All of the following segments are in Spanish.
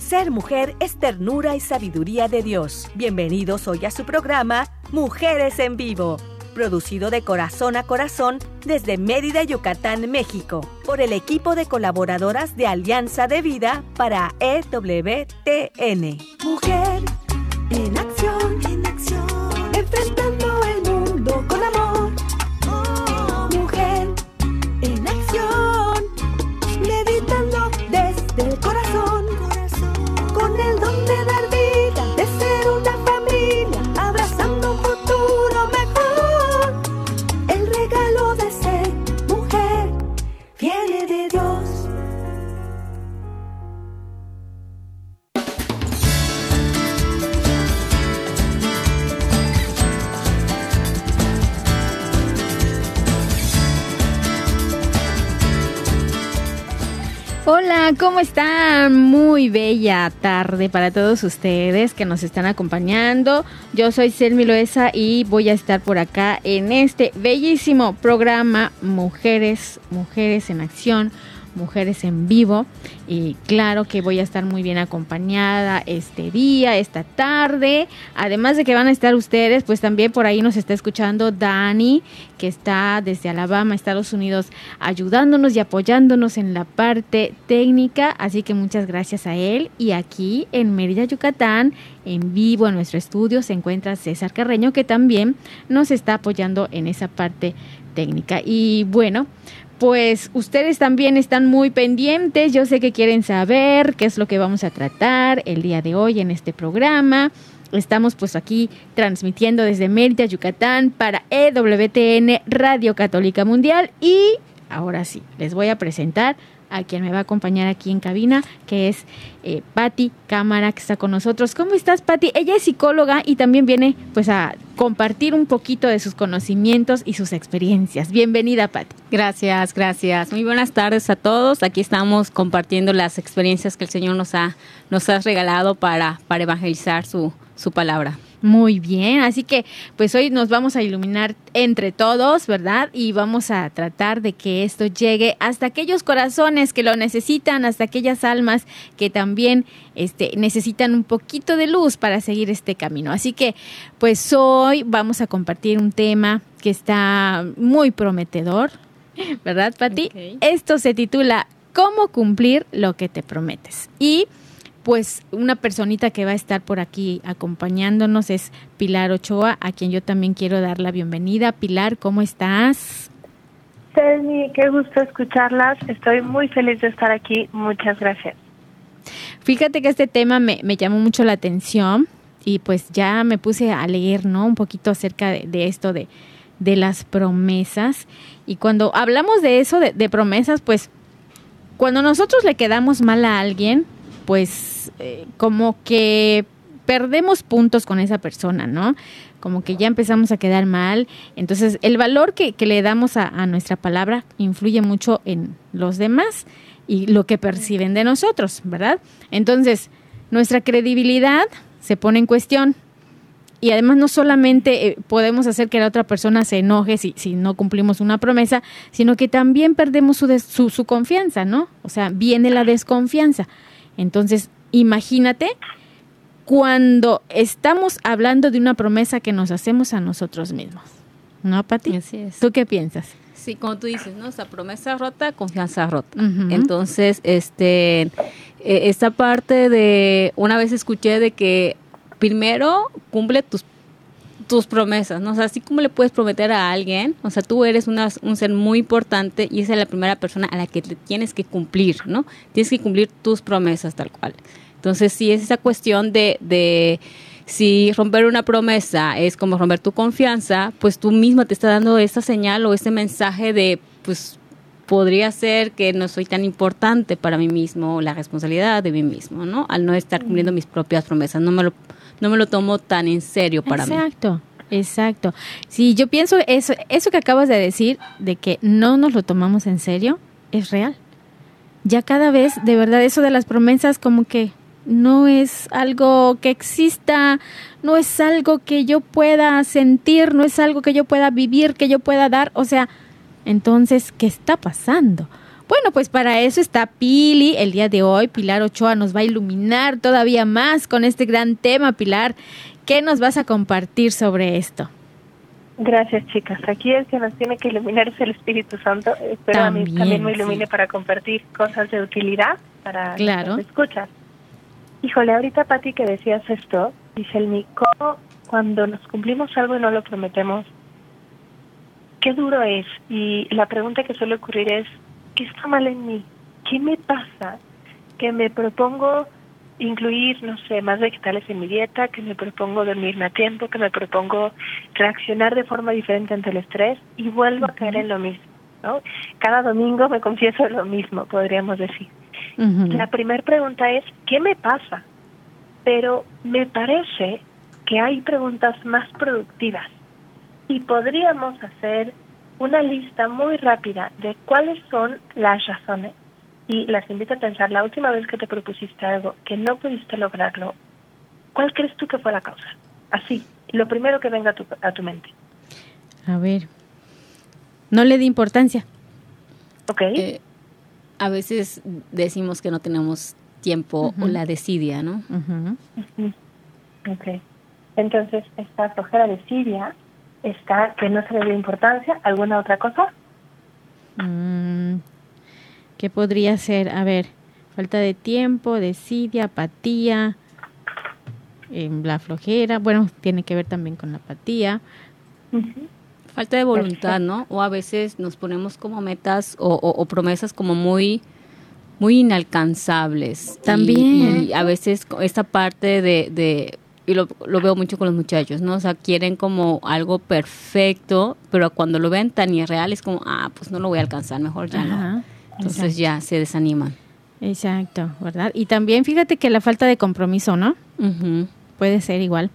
Ser mujer es ternura y sabiduría de Dios. Bienvenidos hoy a su programa Mujeres en Vivo, producido de corazón a corazón desde Mérida, Yucatán, México, por el equipo de colaboradoras de Alianza de Vida para EWTN. Mujer en acción, enfrentando el mundo con amor. Mujer en acción, meditando desde el corazón, con el don de dar vida, de ser una familia, abrazando un futuro mejor. El regalo de ser mujer viene de Dios. Hola, ¿cómo están? Muy bella tarde para todos ustedes que nos están acompañando. Yo soy Selmi Loesa y voy a estar por acá en este bellísimo programa Mujeres en Acción, Mujeres en Vivo. Y claro que voy a estar muy bien acompañada este día, esta tarde. Además de que van a estar ustedes, pues también por ahí nos está escuchando Dani, que está desde Alabama, Estados Unidos, ayudándonos y apoyándonos en la parte técnica. Así que muchas gracias a él. Y aquí en Mérida, Yucatán, en vivo en nuestro estudio, se encuentra César Carreño, que también nos está apoyando en esa parte técnica. Y bueno, pues ustedes también están muy pendientes. Yo sé que quieren saber qué es lo que vamos a tratar el día de hoy en este programa. Estamos pues aquí transmitiendo desde Mérida, Yucatán, para EWTN Radio Católica Mundial. Y ahora sí, les voy a presentar a quien me va a acompañar aquí en cabina, que es Pati Cámara, que está con nosotros. ¿Cómo estás, Pati? Ella es psicóloga y también viene pues a compartir un poquito de sus conocimientos y sus experiencias. Bienvenida, Pati. Gracias. Muy buenas tardes a todos. Aquí estamos compartiendo las experiencias que el Señor nos ha regalado para evangelizar su palabra. Muy bien, así que pues hoy nos vamos a iluminar entre todos, ¿verdad? Y vamos a tratar de que esto llegue hasta aquellos corazones que lo necesitan, hasta aquellas almas que también necesitan un poquito de luz para seguir este camino. Así que pues hoy vamos a compartir un tema que está muy prometedor, ¿verdad, Pati? Okay. Esto se titula ¿Cómo cumplir lo que te prometes? Y pues una personita que va a estar por aquí acompañándonos es Pilar Ochoa, a quien yo también quiero dar la bienvenida. Pilar, ¿cómo estás? Selmi, qué gusto escucharlas. Estoy muy feliz de estar aquí. Muchas gracias. Fíjate que este tema me llamó mucho la atención y pues ya me puse a leer, ¿no? Un poquito acerca de esto de las promesas. Y cuando hablamos de eso, de promesas, pues cuando nosotros le quedamos mal a alguien, pues como que perdemos puntos con esa persona, ¿no? Como que ya empezamos a quedar mal. Entonces, el valor que le damos a nuestra palabra influye mucho en los demás y lo que perciben de nosotros, ¿verdad? Entonces, nuestra credibilidad se pone en cuestión. Y además no solamente podemos hacer que la otra persona se enoje si no cumplimos una promesa, sino que también perdemos su confianza, ¿no? O sea, viene la desconfianza. Entonces, imagínate cuando estamos hablando de una promesa que nos hacemos a nosotros mismos. ¿No, Pati? Así es. ¿Tú qué piensas? Sí, como tú dices, ¿no? O sea, promesa rota, confianza rota. Uh-huh. Entonces, esta parte de, una vez escuché de que primero cumple tus promesas, ¿no? O sea, así como le puedes prometer a alguien, o sea, tú eres un ser muy importante y esa es la primera persona a la que te tienes que cumplir, ¿no? Tienes que cumplir tus promesas tal cual. Entonces, sí es esa cuestión de si romper una promesa es como romper tu confianza, pues tú misma te estás dando esa señal o ese mensaje de, pues, podría ser que no soy tan importante para mí mismo, la responsabilidad de mí mismo, ¿no? Al no estar cumpliendo mis propias promesas, no me lo tomo tan en serio para mí. Exacto. Sí, yo pienso eso que acabas de decir, de que no nos lo tomamos en serio, es real. Ya cada vez, de verdad, eso de las promesas como que no es algo que exista, no es algo que yo pueda sentir, no es algo que yo pueda vivir, que yo pueda dar. O sea, entonces, ¿qué está pasando? Bueno, pues para eso está Pili. El día de hoy, Pilar Ochoa nos va a iluminar todavía más con este gran tema. Pilar, ¿qué nos vas a compartir sobre esto? Gracias, chicas. Aquí el que nos tiene que iluminar es el Espíritu Santo. Espero a mí también me ilumine para compartir cosas de utilidad para los escuchas. Híjole, ahorita, Pati, que decías esto, dice el ¿cómo cuando nos cumplimos algo y no lo prometemos? Qué duro es. Y la pregunta que suele ocurrir es, ¿qué está mal en mí? ¿Qué me pasa? Que me propongo incluir, no sé, más vegetales en mi dieta, que me propongo dormirme a tiempo, que me propongo reaccionar de forma diferente ante el estrés y vuelvo a caer en lo mismo, ¿no? Cada domingo me confieso lo mismo, podríamos decir. La primera pregunta es, ¿qué me pasa? Pero me parece que hay preguntas más productivas y podríamos hacer una lista muy rápida de cuáles son las razones. Y las invito a pensar, la última vez que te propusiste algo que no pudiste lograrlo, ¿cuál crees tú que fue la causa? Así, lo primero que venga a tu mente. A ver, no le di importancia. Ok. A veces decimos que no tenemos tiempo o la desidia, ¿no? Ok. Entonces, esta flojera desidia, está que no se le dio importancia. ¿Alguna otra cosa? ¿Qué podría ser? A ver, falta de tiempo, desidia, apatía, la flojera. Bueno, tiene que ver también con la apatía. Falta de voluntad, ¿no? O a veces nos ponemos como metas o promesas como muy inalcanzables. También. Y a veces esta parte de y lo veo mucho con los muchachos, ¿no? O sea, quieren como algo perfecto, pero cuando lo ven tan irreal es como, pues no lo voy a alcanzar, mejor ya no. Entonces ya se desaniman. Exacto, ¿verdad? Y también fíjate que la falta de compromiso, ¿no? Puede ser igual.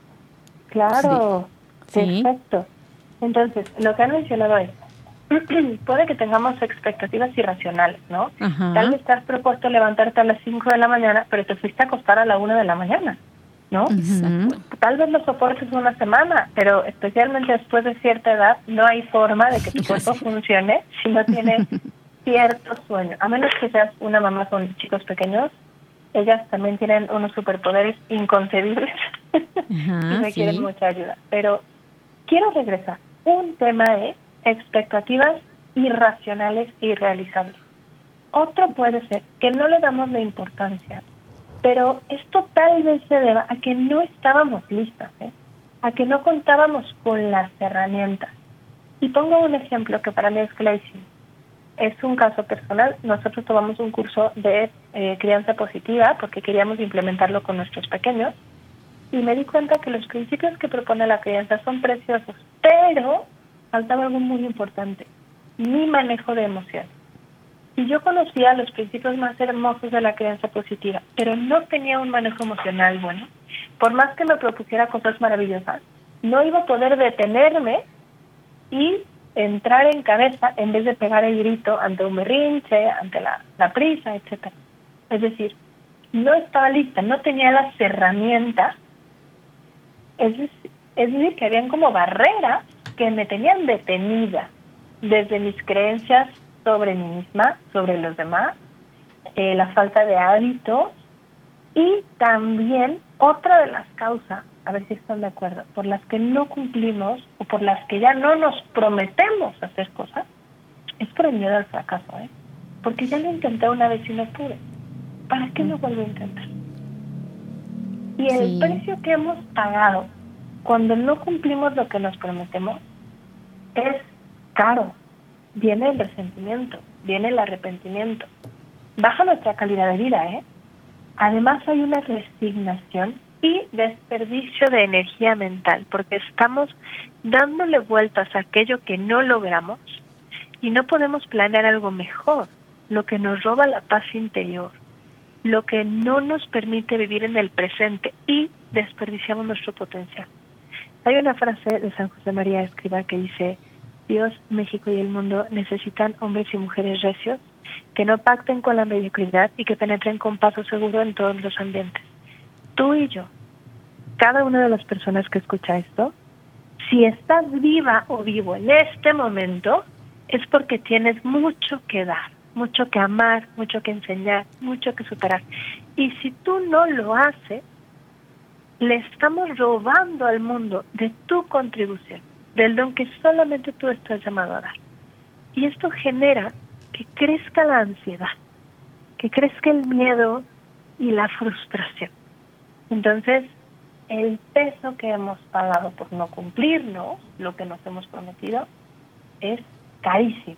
Claro, sí. Perfecto. Entonces, lo que han mencionado es, puede que tengamos expectativas irracionales, ¿no? Tal vez te has propuesto levantarte a las 5 de la mañana, pero te fuiste a acostar a la 1 de la mañana, ¿no? Tal vez lo soportes una semana, pero especialmente después de cierta edad, no hay forma de que tu cuerpo funcione si no tiene cierto sueño. A menos que seas una mamá con chicos pequeños, ellas también tienen unos superpoderes inconcebibles y requieren mucha ayuda. Pero quiero regresar. Un tema es expectativas irracionales e irrealizables. Otro puede ser que no le damos la importancia, pero esto tal vez se deba a que no estábamos listas, a que no contábamos con las herramientas. Y pongo un ejemplo que para mí es clarísimo. Es un caso personal. Nosotros tomamos un curso de crianza positiva porque queríamos implementarlo con nuestros pequeños y me di cuenta que los principios que propone la crianza son preciosos, pero faltaba algo muy importante, mi manejo de emociones. Y yo conocía los principios más hermosos de la crianza positiva, pero no tenía un manejo emocional bueno. Por más que me propusiera cosas maravillosas, no iba a poder detenerme y entrar en cabeza en vez de pegar el grito ante un berrinche, ante la prisa, etcétera. Es decir, no estaba lista, no tenía las herramientas. Es decir, que habían como barreras que me tenían detenida desde mis creencias sobre mí misma, sobre los demás, la falta de hábitos y también otra de las causas, a ver si están de acuerdo, por las que no cumplimos o por las que ya no nos prometemos hacer cosas, es por el miedo al fracaso, porque ya lo intenté una vez y no pude. ¿Para qué lo vuelvo a intentar? Y el precio que hemos pagado cuando no cumplimos lo que nos prometemos es caro. Viene el resentimiento, viene el arrepentimiento. Baja nuestra calidad de vida, Además hay una resignación y desperdicio de energía mental, porque estamos dándole vueltas a aquello que no logramos y no podemos planear algo mejor, lo que nos roba la paz interior, lo que no nos permite vivir en el presente y desperdiciamos nuestro potencial. Hay una frase de San José María Escrivá que dice: Dios, México y el mundo necesitan hombres y mujeres recios que no pacten con la mediocridad y que penetren con paso seguro en todos los ambientes. Tú y yo, cada una de las personas que escucha esto, si estás viva o vivo en este momento, es porque tienes mucho que dar, mucho que amar, mucho que enseñar, mucho que superar. Y si tú no lo haces, le estamos robando al mundo de tu contribución, del don que solamente tú estás llamado a dar. Y esto genera que crezca la ansiedad, que crezca el miedo y la frustración. Entonces, el peso que hemos pagado por no cumplirnos lo que nos hemos prometido es carísimo.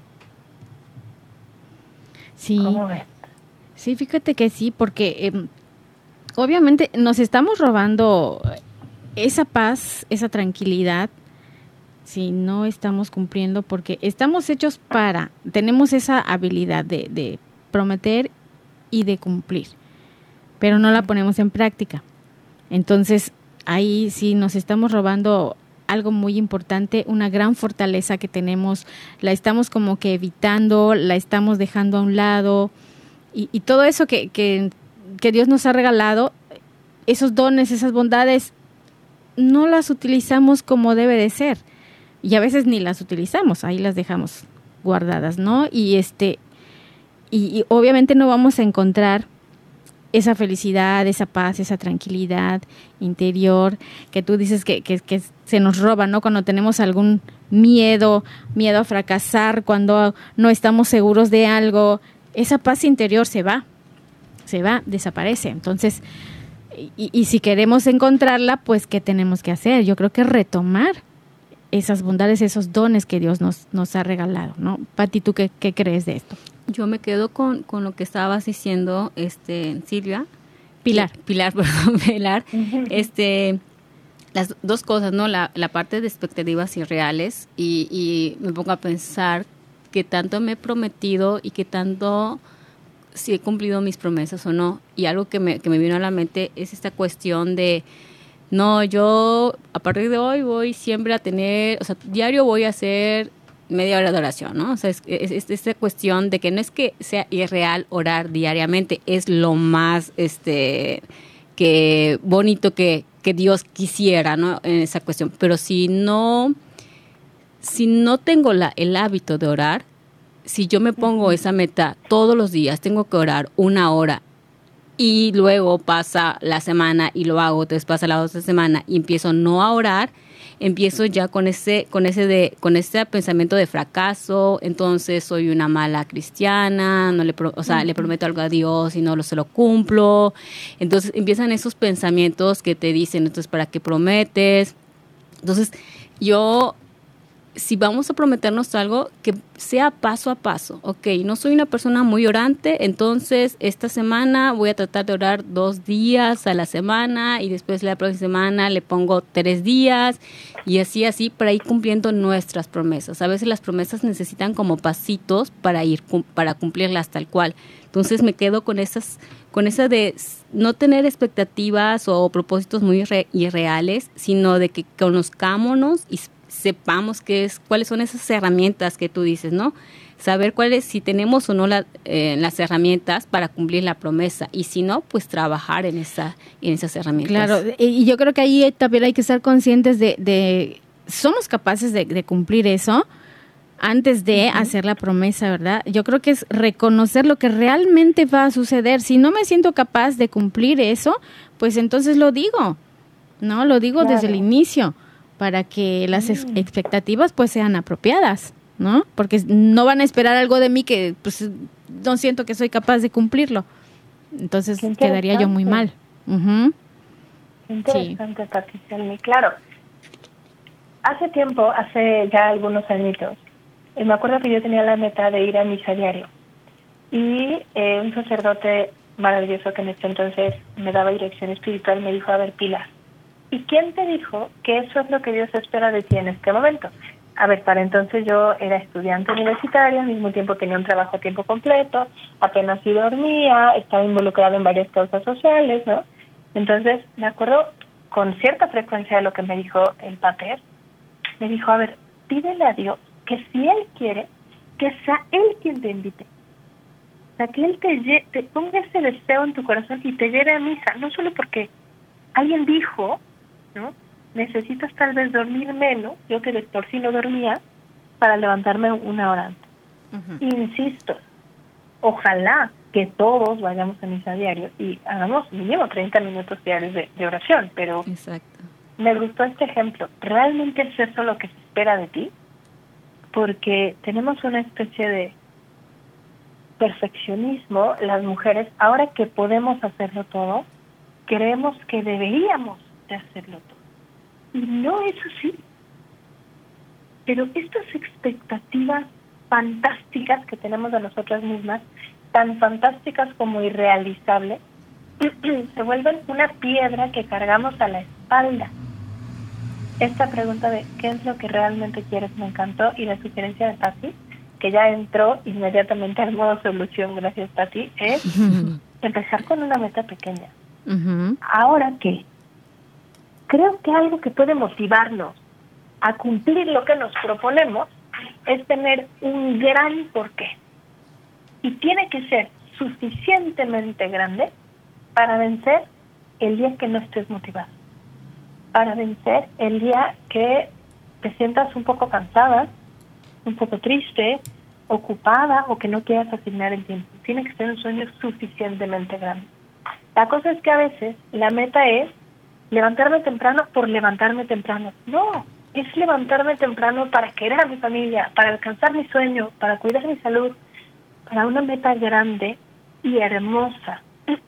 Sí. ¿Cómo ves? Sí, fíjate que sí, porque obviamente nos estamos robando esa paz, esa tranquilidad, si no estamos cumpliendo, porque estamos hechos tenemos esa habilidad de prometer y de cumplir, pero no la ponemos en práctica. Entonces, ahí sí nos estamos robando algo muy importante, una gran fortaleza que tenemos, la estamos como que evitando, la estamos dejando a un lado, y todo eso que Dios nos ha regalado, esos dones, esas bondades, no las utilizamos como debe de ser, y a veces ni las utilizamos, ahí las dejamos guardadas, ¿no? Y obviamente no vamos a encontrar esa felicidad, esa paz, esa tranquilidad interior que tú dices que se nos roba, ¿no? Cuando tenemos algún miedo a fracasar, cuando no estamos seguros de algo, esa paz interior se va, desaparece. Entonces, y si queremos encontrarla, pues, ¿qué tenemos que hacer? Yo creo que retomar esas bondades, esos dones que Dios nos ha regalado, ¿no? Pati, ¿tú qué crees de esto? Yo me quedo con lo que estabas diciendo, Silvia. Pilar. Pilar. Las dos cosas, ¿no? La parte de expectativas irreales y me pongo a pensar qué tanto me he prometido y qué tanto si he cumplido mis promesas o no. Y algo que me vino a la mente es esta cuestión de, no, yo a partir de hoy voy siempre a tener, o sea, diario voy a hacer media hora de oración, ¿no? O sea, es esta cuestión de que no es que sea irreal orar diariamente, es lo más que bonito que Dios quisiera, ¿no? En esa cuestión. Pero si no tengo el hábito de orar, si yo me pongo esa meta todos los días, tengo que orar 1 hora y luego pasa la semana y lo hago, entonces pasa la otra semana y empiezo no a orar, empiezo ya con ese pensamiento de fracaso, entonces soy una mala cristiana, le prometo algo a Dios y no se lo cumplo. Entonces empiezan esos pensamientos que te dicen, entonces, ¿para qué prometes? Entonces, si vamos a prometernos algo, que sea paso a paso. Ok, no soy una persona muy orante, entonces esta semana voy a tratar de orar 2 días a la semana y después la próxima semana le pongo 3 días y así para ir cumpliendo nuestras promesas. A veces las promesas necesitan como pasitos para cumplirlas tal cual. Entonces me quedo con esa de no tener expectativas o propósitos muy irreales, sino de que conozcámonos y sepamos cuáles son esas herramientas que tú dices, ¿no? Saber si tenemos o no las herramientas para cumplir la promesa, y si no, pues trabajar en esas herramientas. Claro, y yo creo que ahí también hay que estar conscientes de somos capaces de cumplir eso antes de hacer la promesa, ¿verdad? Yo creo que es reconocer lo que realmente va a suceder. Si no me siento capaz de cumplir eso, pues entonces lo digo, ¿no? Lo digo desde el inicio, para que las expectativas pues sean apropiadas, ¿no? Porque no van a esperar algo de mí que pues no siento que soy capaz de cumplirlo. Entonces quedaría yo muy mal. Qué interesante, Patricia. Claro, hace ya algunos añitos, me acuerdo que yo tenía la meta de ir a misa diario. Y un sacerdote maravilloso que en ese entonces me daba dirección espiritual me dijo, a ver, Pilar, ¿y quién te dijo que eso es lo que Dios espera de ti en este momento? A ver, para entonces yo era estudiante universitaria, al mismo tiempo tenía un trabajo a tiempo completo, apenas sí dormía, estaba involucrada en varias causas sociales, ¿no? Entonces, me acuerdo con cierta frecuencia de lo que me dijo el pater. Me dijo, a ver, pídele a Dios que si Él quiere, que sea Él quien te invite. O sea, que Él te ponga ese deseo en tu corazón y te lleve a misa, no solo porque alguien dijo, ¿no? Necesitas tal vez dormir menos, yo que de por sí no dormía, para levantarme 1 hora antes. Insisto, Ojalá que todos vayamos a misa diario y hagamos mínimo 30 minutos diarios de oración, pero Exacto. me gustó este ejemplo. ¿Realmente es eso lo que se espera de ti? Porque tenemos una especie de perfeccionismo, las mujeres, ahora que podemos hacerlo todo, creemos que deberíamos de hacerlo todo. Y no es así. Pero estas expectativas fantásticas que tenemos de nosotras mismas, tan fantásticas como irrealizables, se vuelven una piedra que cargamos a la espalda. Esta pregunta de ¿qué es lo que realmente quieres? Me encantó, y la sugerencia de Pati, que ya entró inmediatamente al modo solución, gracias Pati, es empezar con una meta pequeña. ¿Ahora qué? Creo que algo que puede motivarnos a cumplir lo que nos proponemos es tener un gran porqué. Y tiene que ser suficientemente grande para vencer el día que no estés motivado, para vencer el día que te sientas un poco cansada, un poco triste, ocupada o que no quieras asignar el tiempo. Tiene que ser un sueño suficientemente grande. La cosa es que a veces la meta es levantarme temprano por levantarme temprano. No, es levantarme temprano para querer a mi familia, para alcanzar mi sueño, para cuidar mi salud, para una meta grande y hermosa.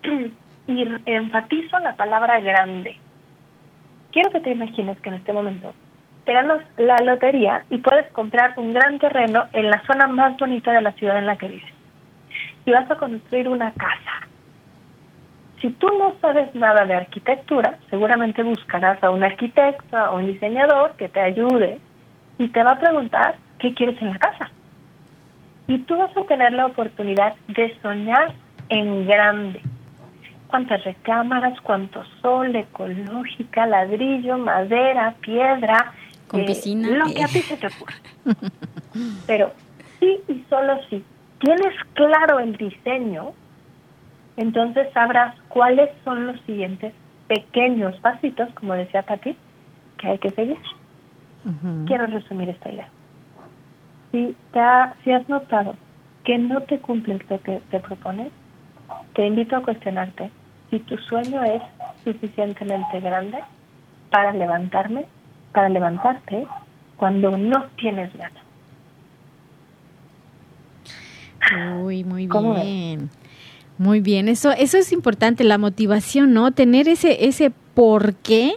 Y enfatizo la palabra grande. Quiero que te imagines que en este momento te ganas la lotería y puedes comprar un gran terreno en la zona más bonita de la ciudad en la que vives. Y vas a construir una casa. Si tú no sabes nada de arquitectura, seguramente buscarás a un arquitecto, a un diseñador que te ayude y te va a preguntar qué quieres en la casa. Y tú vas a tener la oportunidad de soñar en grande. Cuántas recámaras, cuánto sol, ecológica, ladrillo, madera, piedra, con piscina, lo que a ti se te ocurra. Pero sí y solo si tienes claro el diseño, entonces sabrás cuáles son los siguientes pequeños pasitos, como decía Pati, que hay que seguir. Quiero resumir esta idea. Si has notado que no te cumples lo que te propones, te invito a cuestionarte si tu sueño es suficientemente grande para levantarte cuando no tienes ganas. Uy, muy bien. Muy bien, eso es importante, la motivación, ¿no? Tener ese por qué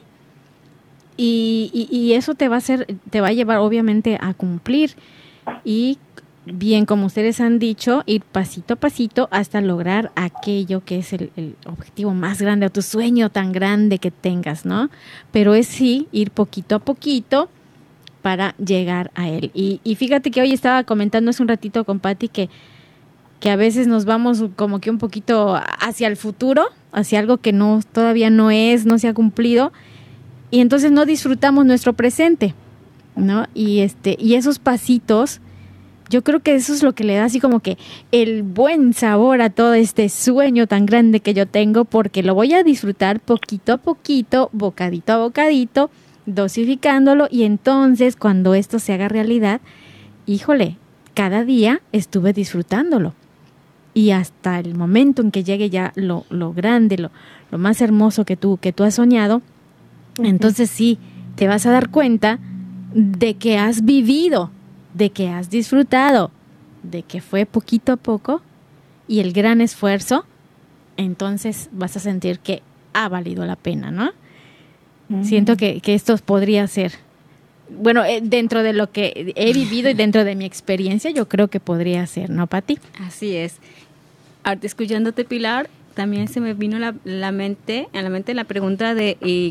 y eso te va a llevar obviamente a cumplir. Y bien, como ustedes han dicho, ir pasito a pasito hasta lograr aquello que es el objetivo más grande o tu sueño tan grande que tengas, ¿no? Pero es sí, ir poquito a poquito para llegar a él. Y fíjate que hoy estaba comentando hace un ratito con Pati que a veces nos vamos como que un poquito hacia el futuro, hacia algo que todavía no se ha cumplido, y entonces no disfrutamos nuestro presente, ¿no? Y esos pasitos, yo creo que eso es lo que le da así como que el buen sabor a todo este sueño tan grande que yo tengo, porque lo voy a disfrutar poquito a poquito, bocadito a bocadito, dosificándolo, y entonces cuando esto se haga realidad, híjole, cada día estuve disfrutándolo. Y hasta el momento en que llegue ya lo grande, lo más hermoso que tú has soñado, entonces sí, te vas a dar cuenta de que has vivido, de que has disfrutado, de que fue poquito a poco y el gran esfuerzo, entonces vas a sentir que ha valido la pena, ¿no? Siento que esto podría ser, bueno, dentro de lo que he vivido y dentro de mi experiencia, yo creo que podría ser, ¿no, Pati? Así es. Ahorita escuchándote, Pilar, también se me vino a la mente la pregunta de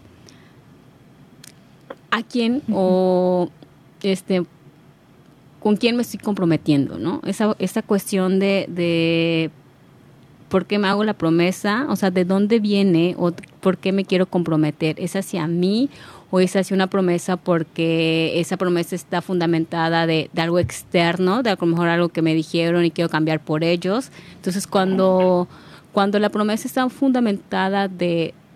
¿a quién o con quién me estoy comprometiendo, ¿no? Esa cuestión de ¿por qué me hago la promesa? O sea, ¿de dónde viene o por qué me quiero comprometer? ¿Es hacia mí o es hacia una promesa porque esa promesa está fundamentada de algo externo, de a lo mejor algo que me dijeron y quiero cambiar por ellos? Entonces, cuando la promesa está fundamentada de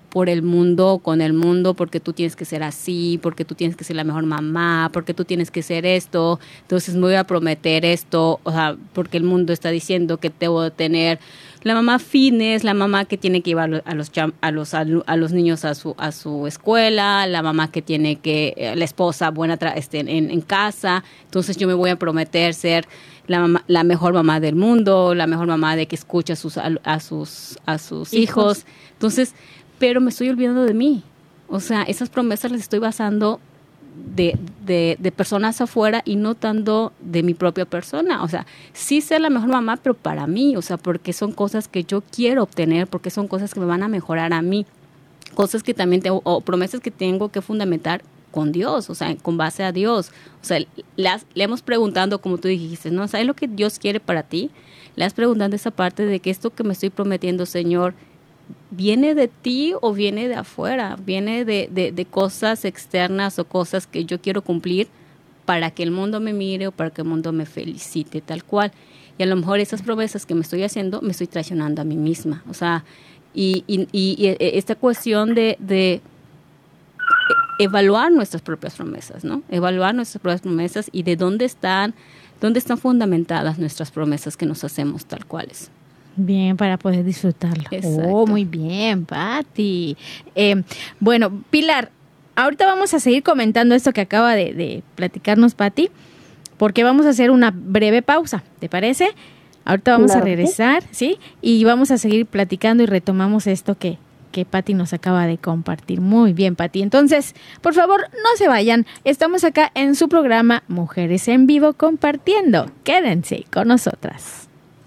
por el mundo, con el mundo, porque tú tienes que ser así, porque tú tienes que ser la mejor mamá, porque tú tienes que ser esto, entonces me voy a prometer esto, o sea, porque el mundo está diciendo que debo de tener la mamá fitness, la mamá que tiene que llevar a los niños a su escuela, la mamá que tiene que, la esposa buena en casa, entonces yo me voy a prometer ser la mejor mamá del mundo, la mejor mamá de que escucha a sus hijos, entonces, pero me estoy olvidando de mí, o sea, esas promesas las estoy basando de personas afuera y no tanto de mi propia persona, o sea, sí ser la mejor mamá, pero para mí, o sea, porque son cosas que yo quiero obtener, porque son cosas que me van a mejorar a mí, cosas que también tengo, o promesas que tengo que fundamentar con Dios, o sea, con base a Dios, o sea, le hemos preguntado, como tú dijiste, ¿no? ¿Sabes lo que Dios quiere para ti? Le has preguntado esa parte de que esto que me estoy prometiendo, Señor, ¿viene de ti o viene de afuera? ¿Viene de cosas externas o cosas que yo quiero cumplir para que el mundo me mire o para que el mundo me felicite, tal cual? Y a lo mejor esas promesas que me estoy haciendo, me estoy traicionando a mí misma. O sea, y esta cuestión de evaluar nuestras propias promesas, ¿no? Evaluar nuestras propias promesas y de dónde están fundamentadas nuestras promesas que nos hacemos tal cuales. Bien, para poder disfrutarlo. Exacto. Oh, muy bien, Pati. Bueno, Pilar, ahorita vamos a seguir comentando esto que acaba de platicarnos Pati, porque vamos a hacer una breve pausa, ¿te parece? Ahorita vamos a regresar, ¿sí? Y vamos a seguir platicando y retomamos esto que Pati nos acaba de compartir. Muy bien, Pati. Entonces, por favor, no se vayan. Estamos acá en su programa Mujeres en Vivo compartiendo. Quédense con nosotras.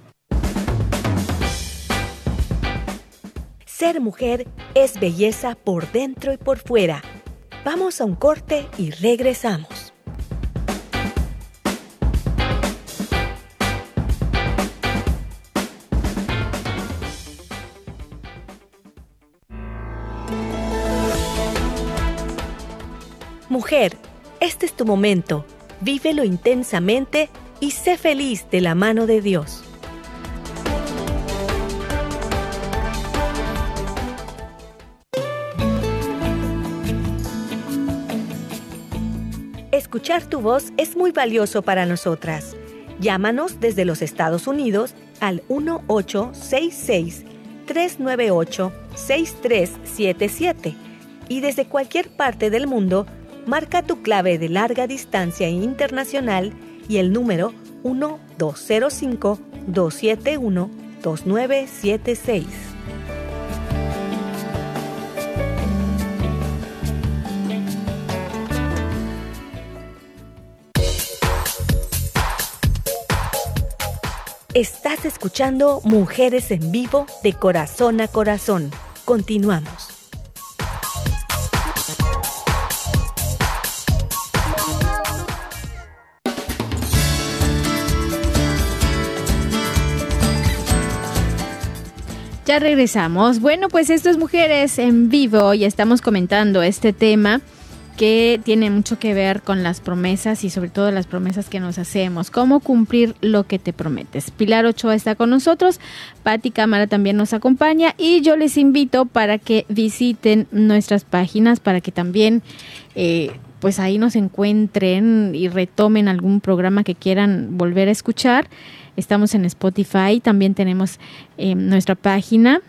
Ser mujer es belleza por dentro y por fuera. Vamos a un corte y regresamos. Mujer, este es tu momento. Vívelo intensamente y sé feliz de la mano de Dios. Escuchar tu voz es muy valioso para nosotras. Llámanos desde los Estados Unidos al 1866-398-6377 y desde cualquier parte del mundo, marca tu clave de larga distancia internacional y el número 1205-271-2976. Estás escuchando Mujeres en Vivo de Corazón a Corazón. Continuamos. Ya regresamos. Bueno, pues esto es Mujeres en Vivo y estamos comentando este tema que tiene mucho que ver con las promesas y sobre todo las promesas que nos hacemos. ¿Cómo cumplir lo que te prometes? Pilar Ochoa está con nosotros, Pati Cámara también nos acompaña y yo les invito para que visiten nuestras páginas, para que también pues ahí nos encuentren y retomen algún programa que quieran volver a escuchar. Estamos en Spotify, también tenemos nuestra página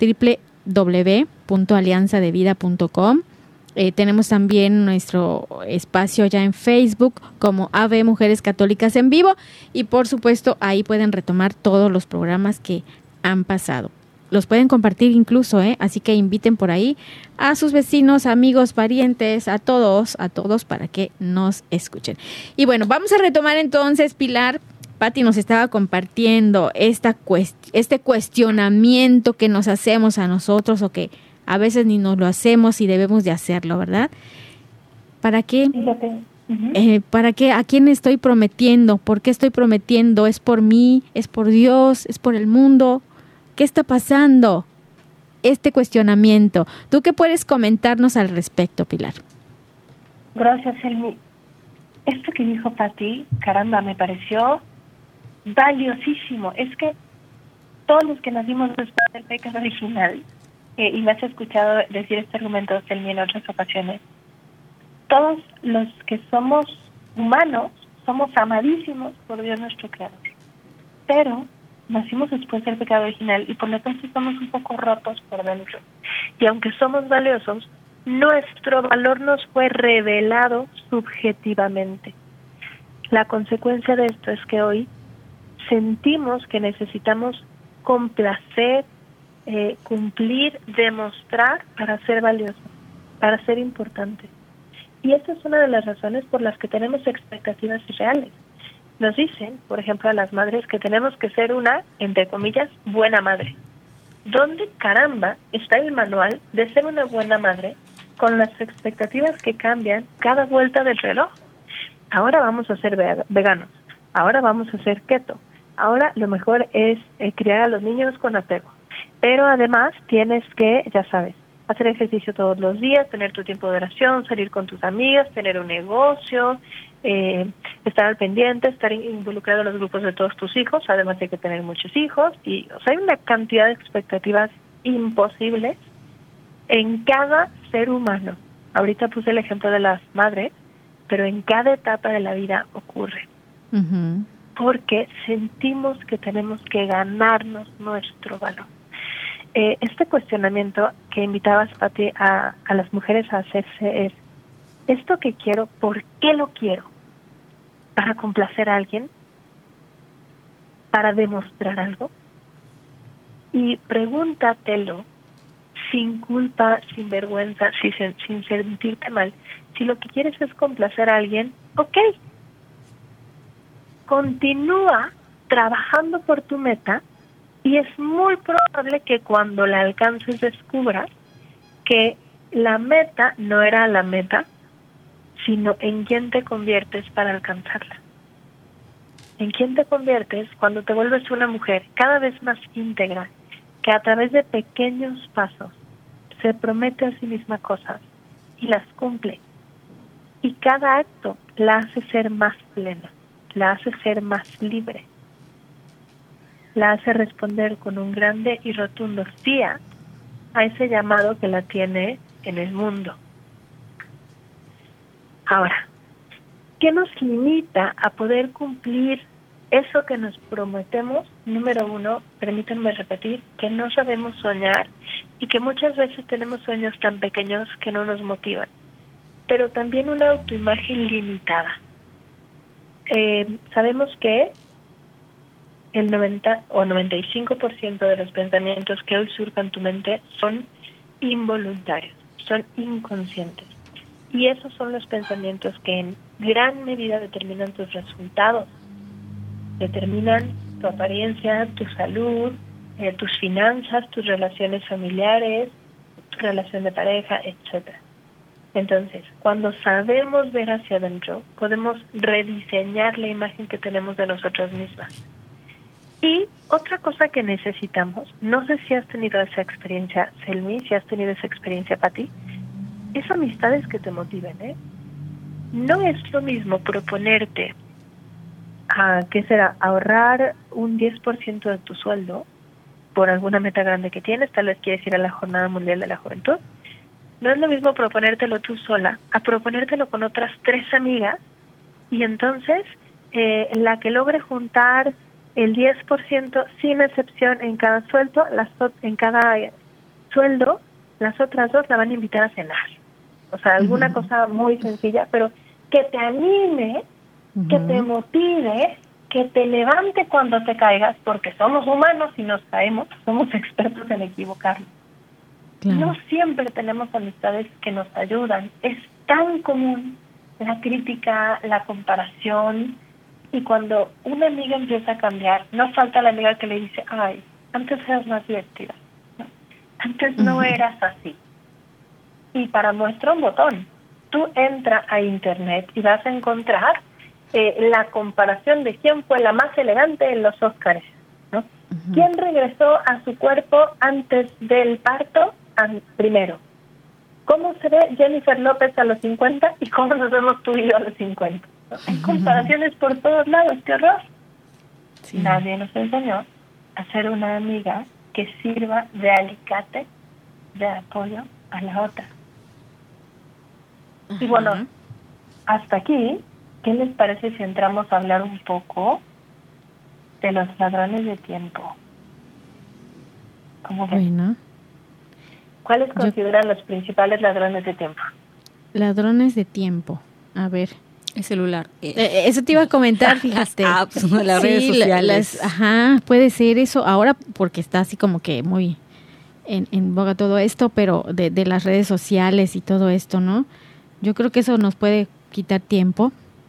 www.alianzadevida.com. Tenemos también nuestro espacio ya en Facebook como AV Mujeres Católicas en Vivo y por supuesto ahí pueden retomar todos los programas que han pasado. Los pueden compartir incluso, así que inviten por ahí a sus vecinos, amigos, parientes, a todos para que nos escuchen. Y bueno, vamos a retomar entonces, Pilar. Pati nos estaba compartiendo este cuestionamiento que nos hacemos a nosotros o que a veces ni nos lo hacemos y debemos de hacerlo, ¿verdad? ¿Para qué? ¿Para qué? ¿A quién estoy prometiendo? ¿Por qué estoy prometiendo? ¿Es por mí? ¿Es por Dios? ¿Es por el mundo? ¿Qué está pasando? Este cuestionamiento. ¿Tú qué puedes comentarnos al respecto, Pilar? Gracias, Elmi. Esto que dijo Pati, caramba, me pareció valiosísimo. Es que todos los que nacimos después del pecado original y me has escuchado decir este argumento en otras ocasiones, todos los que somos humanos somos amadísimos por Dios nuestro Creador, pero nacimos después del pecado original y por lo tanto somos un poco rotos por dentro. Y aunque somos valiosos, nuestro valor nos fue revelado subjetivamente. La consecuencia de esto es que hoy sentimos que necesitamos complacer, cumplir, demostrar para ser valiosos, para ser importantes. Y esta es una de las razones por las que tenemos expectativas irreales. Nos dicen, por ejemplo, a las madres que tenemos que ser una, entre comillas, buena madre. ¿Dónde caramba está el manual de ser una buena madre con las expectativas que cambian cada vuelta del reloj? Ahora vamos a ser veganos, ahora vamos a ser keto, ahora lo mejor es criar a los niños con apego. Pero además tienes que, ya sabes, hacer ejercicio todos los días, tener tu tiempo de oración, salir con tus amigas, tener un negocio, estar al pendiente, estar involucrado en los grupos de todos tus hijos, además hay que tener muchos hijos, y o sea, hay una cantidad de expectativas imposibles en cada ser humano. Ahorita puse el ejemplo de las madres, pero en cada etapa de la vida ocurre. Uh-huh. Porque sentimos que tenemos que ganarnos nuestro valor. Este cuestionamiento que invitabas, Pati, a las mujeres a hacerse es, ¿esto que quiero, por qué lo quiero? ¿Para complacer a alguien? ¿Para demostrar algo? Y pregúntatelo sin culpa, sin vergüenza, sin sentirte mal. Si lo que quieres es complacer a alguien, ok. Continúa trabajando por tu meta y es muy probable que cuando la alcances descubras que la meta no era la meta, sino en quién te conviertes para alcanzarla. En quién te conviertes cuando te vuelves una mujer cada vez más íntegra, que a través de pequeños pasos se promete a sí misma cosas y las cumple. Y cada acto la hace ser más plena, la hace ser más libre, la hace responder con un grande y rotundo sí a ese llamado que la tiene en el mundo. Ahora, ¿qué nos limita a poder cumplir eso que nos prometemos? Número uno, permítanme repetir, que no sabemos soñar y que muchas veces tenemos sueños tan pequeños que no nos motivan, pero también una autoimagen limitada. Sabemos que el 90 o 95% de los pensamientos que hoy surcan tu mente son involuntarios, son inconscientes. Y esos son los pensamientos que en gran medida determinan tus resultados, determinan tu apariencia, tu salud, tus finanzas, tus relaciones familiares, tu relación de pareja, etcétera. Entonces, cuando sabemos ver hacia adentro, podemos rediseñar la imagen que tenemos de nosotras mismas. Y otra cosa que necesitamos, no sé si has tenido esa experiencia, Selmi, si has tenido esa experiencia, Pati, es amistades que te motiven, ¿eh? No es lo mismo proponerte ¿qué será? Ahorrar un 10% de tu sueldo por alguna meta grande que tienes, tal vez quieres ir a la Jornada Mundial de la Juventud. No es lo mismo proponértelo tú sola a proponértelo con otras 3 amigas y entonces la que logre juntar el 10% sin excepción en cada sueldo, las otras 2 la van a invitar a cenar. O sea, alguna cosa muy sencilla, pero que te anime, que te motive, que te levante cuando te caigas, porque somos humanos y nos caemos, somos expertos en equivocarnos. Claro. No siempre tenemos amistades que nos ayudan. Es tan común la crítica, la comparación, y cuando una amiga empieza a cambiar, no falta la amiga que le dice, ay, antes eras más divertida, ¿no? Antes no eras así. Y para muestra un botón, tú entra a internet y vas a encontrar la comparación de quién fue la más elegante en los Óscares, ¿no? ¿Quién regresó a su cuerpo antes del parto primero? ¿Cómo se ve Jennifer López a los 50 y cómo nos vemos tú y yo a los 50? ¿No? Hay comparaciones por todos lados, qué horror. Sí. Nadie nos enseñó a ser una amiga que sirva de alicate de apoyo a la otra. Ajá. Y bueno, hasta aquí, ¿qué les parece si entramos a hablar un poco de los ladrones de tiempo? ¿Cómo ven? Bueno, ¿Cuáles consideran los principales ladrones de tiempo? ladrones de tiempo. A ver. El celular. Eso te iba a comentar, fíjate. Las apps, las redes sociales. Puede ser eso. Ahora porque está así como que muy en boga todo esto, pero de las redes sociales y todo esto, ¿no? Yo creo que eso nos puede quitar tiempo.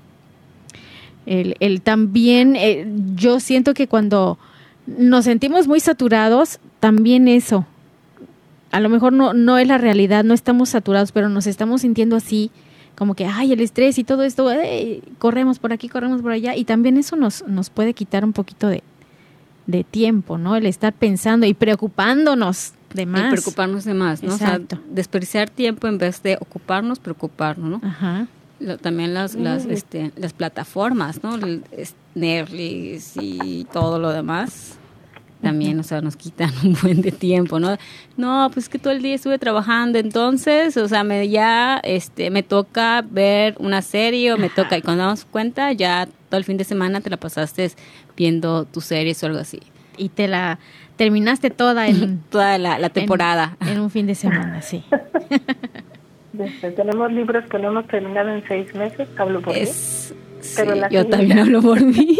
El también, yo siento que cuando nos sentimos muy saturados, también eso. A lo mejor no es la realidad, no estamos saturados, pero nos estamos sintiendo así, como que, ay, el estrés y todo esto, corremos por aquí, corremos por allá, y también eso nos puede quitar un poquito de tiempo, ¿no? El estar pensando y preocupándonos de más. Y preocuparnos de más, ¿no? Exacto. O sea, desperdiciar tiempo en vez de ocuparnos, preocuparnos, ¿no? Ajá. También las plataformas, ¿no? Netflix y todo lo demás. También, o sea, nos quitan un buen de tiempo, ¿no? No, pues que todo el día estuve trabajando, entonces, o sea, me toca ver una serie o me toca, y cuando damos cuenta, ya todo el fin de semana te la pasaste viendo tus series o algo así. Y te la terminaste toda toda la temporada. En un fin de semana, sí. Tenemos libros que no hemos terminado en 6 meses, hablo por mí. Pero sí, yo también hablo por mí.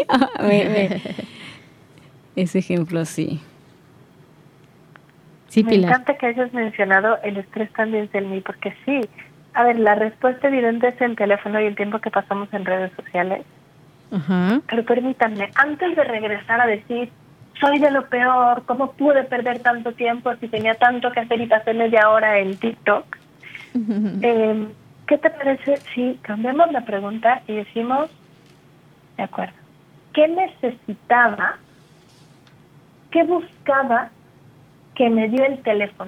Ese ejemplo, sí. Sí, Me Pilar. encanta que hayas mencionado el estrés también del mí, porque sí, a ver, la respuesta evidente es el teléfono y el tiempo que pasamos en redes sociales. Ajá. Pero permítanme, antes de regresar a decir, soy de lo peor, ¿cómo pude perder tanto tiempo si tenía tanto que hacer y pasé media hora en TikTok? ¿Qué te parece si cambiamos la pregunta y decimos, de acuerdo, ¿qué necesitaba? ¿Qué buscaba que me dio el teléfono?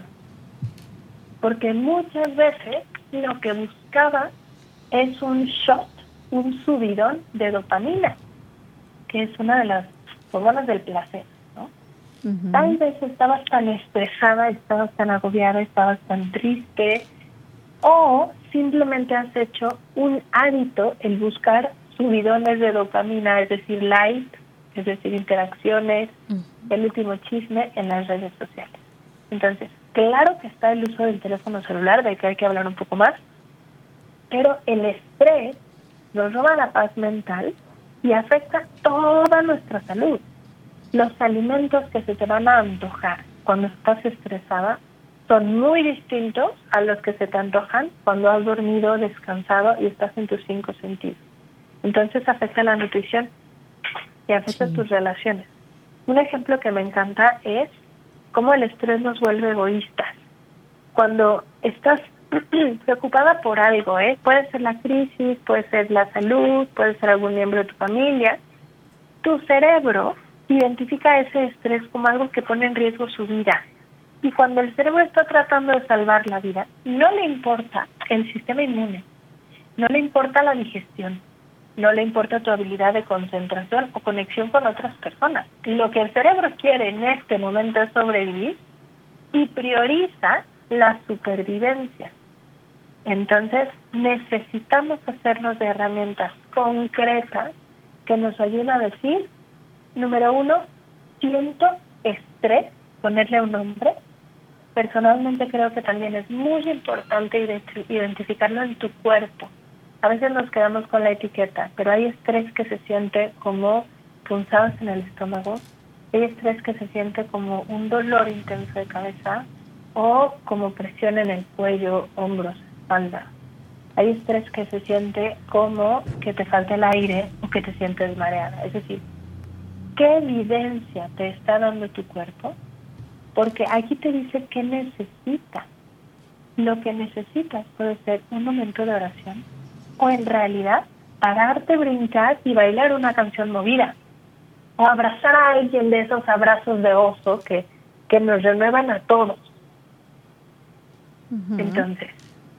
Porque muchas veces lo que buscaba es un shot, un subidón de dopamina, que es una de las hormonas del placer, ¿no? Uh-huh. Tal vez estabas tan estresada, estabas tan agobiada, estabas tan triste, o simplemente has hecho un hábito el buscar subidones de dopamina, es decir, likes, es decir, interacciones, el último chisme en las redes sociales. Entonces, claro que está el uso del teléfono celular, de que hay que hablar un poco más, pero el estrés nos roba la paz mental y afecta toda nuestra salud. Los alimentos que se te van a antojar cuando estás estresada son muy distintos a los que se te antojan cuando has dormido, descansado y estás en tus 5 sentidos. Entonces afecta la nutrición y afecta tus relaciones. Un ejemplo que me encanta es cómo el estrés nos vuelve egoístas. Cuando estás preocupada por algo, puede ser la crisis, puede ser la salud, puede ser algún miembro de tu familia, tu cerebro identifica ese estrés como algo que pone en riesgo su vida. Y cuando el cerebro está tratando de salvar la vida, no le importa el sistema inmune, no le importa la digestión, no le importa tu habilidad de concentración o conexión con otras personas. Lo que el cerebro quiere en este momento es sobrevivir y prioriza la supervivencia. Entonces, necesitamos hacernos de herramientas concretas que nos ayuden a decir, número 1, siento estrés, ponerle un nombre. Personalmente creo que también es muy importante identificarlo en tu cuerpo. A veces nos quedamos con la etiqueta, pero hay estrés que se siente como punzadas en el estómago, hay estrés que se siente como un dolor intenso de cabeza o como presión en el cuello, hombros, espalda. Hay estrés que se siente como que te falta el aire o que te sientes mareada. Es decir, ¿qué evidencia te está dando tu cuerpo? Porque aquí te dice qué necesitas. Lo que necesitas puede ser un momento de oración o en realidad pararte, brincar y bailar una canción movida o abrazar a alguien de esos abrazos de oso que nos renuevan a todos. Uh-huh. Entonces,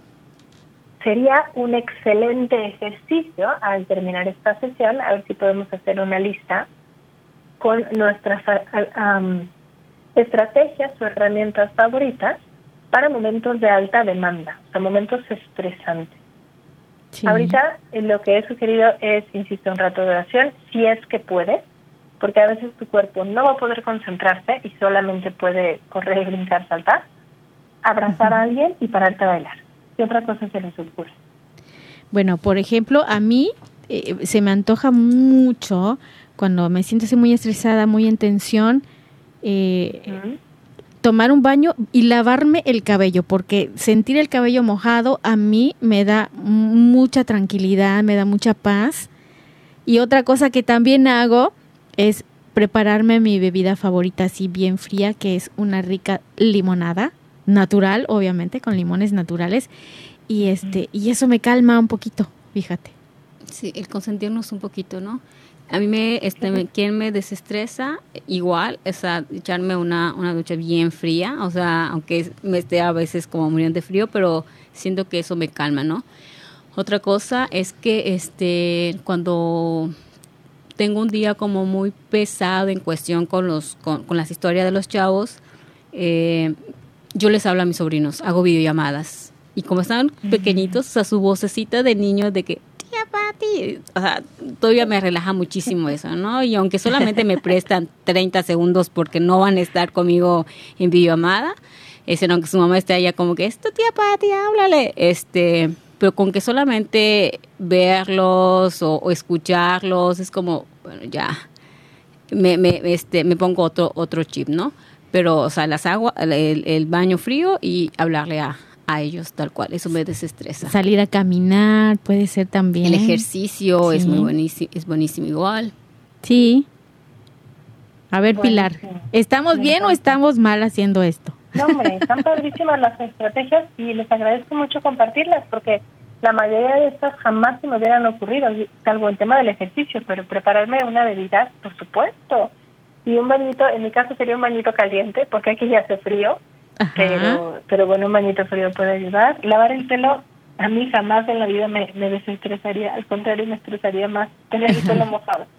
sería un excelente ejercicio al terminar esta sesión, a ver si podemos hacer una lista con nuestras estrategias o herramientas favoritas para momentos de alta demanda, o sea, momentos estresantes. Sí. Ahorita lo que he sugerido es, insisto, un rato de oración, si es que puedes, porque a veces tu cuerpo no va a poder concentrarse y solamente puede correr, brincar, saltar, abrazar a alguien y pararte a bailar. ¿Qué otra cosa se les ocurre? Bueno, por ejemplo, a mí se me antoja mucho cuando me siento así muy estresada, muy en tensión, tomar un baño y lavarme el cabello, porque sentir el cabello mojado a mí me da mucha tranquilidad, me da mucha paz. Y otra cosa que también hago es prepararme mi bebida favorita así bien fría, que es una rica limonada, natural, obviamente, con limones naturales. Y y eso me calma un poquito, fíjate. Sí, el consentirnos un poquito, ¿no? A mí quien me desestresa igual es echarme una ducha bien fría, o sea, aunque me esté a veces como muriendo de frío, pero siento que eso me calma, ¿no? Otra cosa es que cuando tengo un día como muy pesado en cuestión con las historias de los chavos, yo les hablo a mis sobrinos, hago videollamadas. Y como están pequeñitos, o sea, su vocecita de niño de que, tía Pati, o sea, todavía me relaja muchísimo eso, ¿no? Y aunque solamente me prestan 30 segundos porque no van a estar conmigo en videollamada, aunque su mamá esté allá como que, esto tía Pati, háblale, pero con que solamente verlos o escucharlos, es como, bueno, ya, me pongo otro chip, ¿no? Pero, o sea, las hago, el baño frío y hablarle a ellos tal cual, eso me desestresa. Salir a caminar puede ser también. El ejercicio es muy buenísimo, es buenísimo igual. Sí. A ver, Pilar, ¿estamos bien o estamos mal haciendo esto? No, hombre, están padrísimas las estrategias y les agradezco mucho compartirlas porque la mayoría de estas jamás se me hubieran ocurrido, salvo el tema del ejercicio, pero prepararme una bebida, por supuesto. Y un bañito, en mi caso sería un bañito caliente porque aquí ya hace frío. Pero bueno, un bañito frío puede ayudar. Lavar el pelo, a mí jamás en la vida me desestresaría, al contrario, me estresaría más tener el pelo mojado.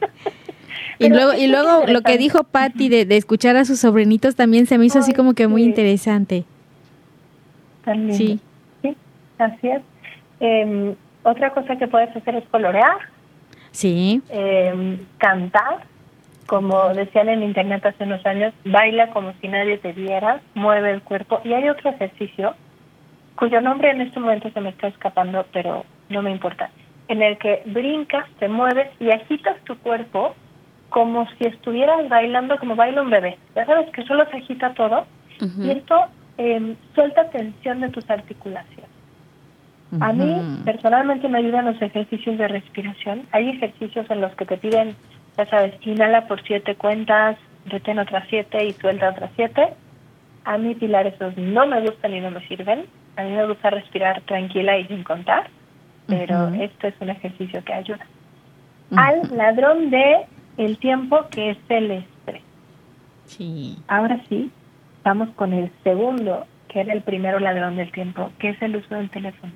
Y luego lo que dijo Patti de escuchar a sus sobrinitos también se me hizo así como que muy interesante. También. Sí, así es. Otra cosa que puedes hacer es colorear. Sí. Cantar. Como decían en internet hace unos años, baila como si nadie te viera, mueve el cuerpo. Y hay otro ejercicio, cuyo nombre en este momento se me está escapando, pero no me importa, en el que brincas, te mueves y agitas tu cuerpo como si estuvieras bailando, como baila un bebé. Ya sabes que solo se agita todo, y esto suelta tensión de tus articulaciones. A mí, personalmente, me ayudan los ejercicios de respiración. Hay ejercicios en los que te piden, ya sabes, inhala por 7 cuentas, retén otras 7 y suelta otras 7. A mí, Pilar, esos no me gustan y no me sirven. A mí me gusta respirar tranquila y sin contar, pero esto es un ejercicio que ayuda. Al ladrón de el tiempo, que es el estrés. Sí. Ahora sí, vamos con el segundo, que era el primero ladrón del tiempo, que es el uso del teléfono.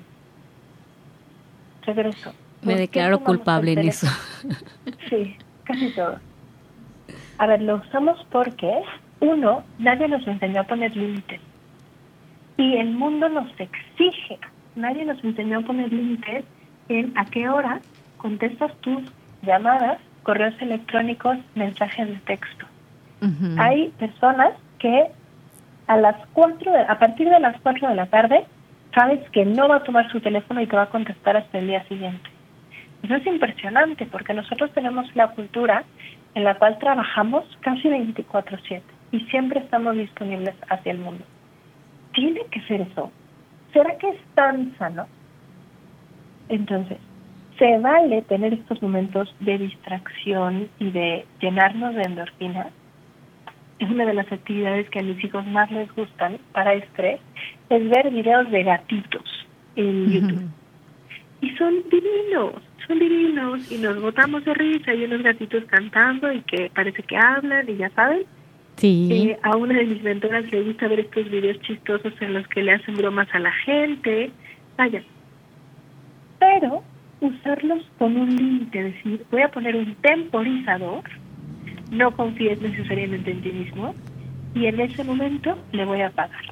Regreso. Me declaro culpable en eso. Sí, casi todo. A ver, lo usamos porque, uno, nadie nos enseñó a poner límites. Y el mundo nos exige. Nadie nos enseñó a poner límites en a qué hora contestas tus llamadas, correos electrónicos, mensajes de texto. Hay personas que a partir de las 4 de la tarde, sabes que no va a tomar su teléfono y te va a contestar hasta el día siguiente. Eso es impresionante porque nosotros tenemos la cultura en la cual trabajamos casi 24/7 y siempre estamos disponibles hacia el mundo. ¿Tiene que ser eso? ¿Será que es tan sano? Entonces, se vale tener estos momentos de distracción y de llenarnos de endorfina. Es una de las actividades que a mis hijos más les gustan para estrés, es ver videos de gatitos en YouTube. Y son divinos, y nos botamos de risa, hay unos gatitos cantando y que parece que hablan y ya saben. Sí. A una de mis mentoras le gusta ver estos videos chistosos en los que le hacen bromas a la gente. Vaya. Pero usarlos con un límite, decir, voy a poner un temporizador, no confíes necesariamente en ti mismo, y en ese momento le voy a pagar.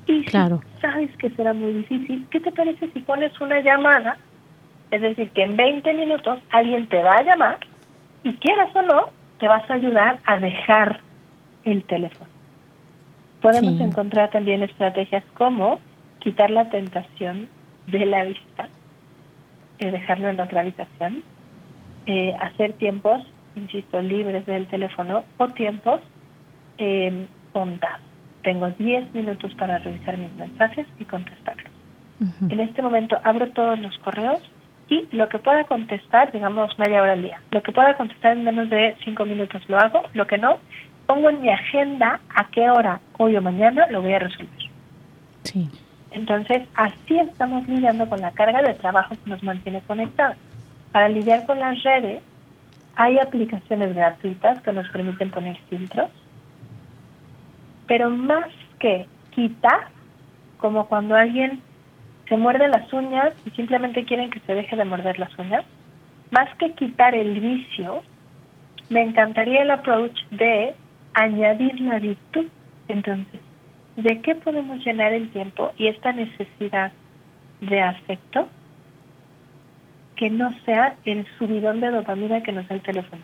Y claro, si sabes que será muy difícil, ¿qué te parece si pones una llamada? Es decir, que en 20 minutos alguien te va a llamar y quieras o no, te vas a ayudar a dejar el teléfono. Podemos encontrar también estrategias como quitar la tentación de la vista, dejarlo en otra habitación, hacer tiempos, insisto, libres del teléfono o tiempos contados. Tengo 10 minutos para revisar mis mensajes y contestarlos. Uh-huh. En este momento abro todos los correos y lo que pueda contestar, digamos media hora al día, lo que pueda contestar en menos de 5 minutos lo hago, lo que no, pongo en mi agenda a qué hora hoy o mañana lo voy a resolver. Sí. Entonces, así estamos lidiando con la carga de trabajo que nos mantiene conectados. Para lidiar con las redes, hay aplicaciones gratuitas que nos permiten poner filtros, pero más que quitar, como cuando alguien se muerde las uñas y simplemente quieren que se deje de morder las uñas, más que quitar el vicio, me encantaría el approach de añadir la virtud. Entonces, ¿de qué podemos llenar el tiempo y esta necesidad de afecto que no sea el subidón de dopamina que nos da el teléfono?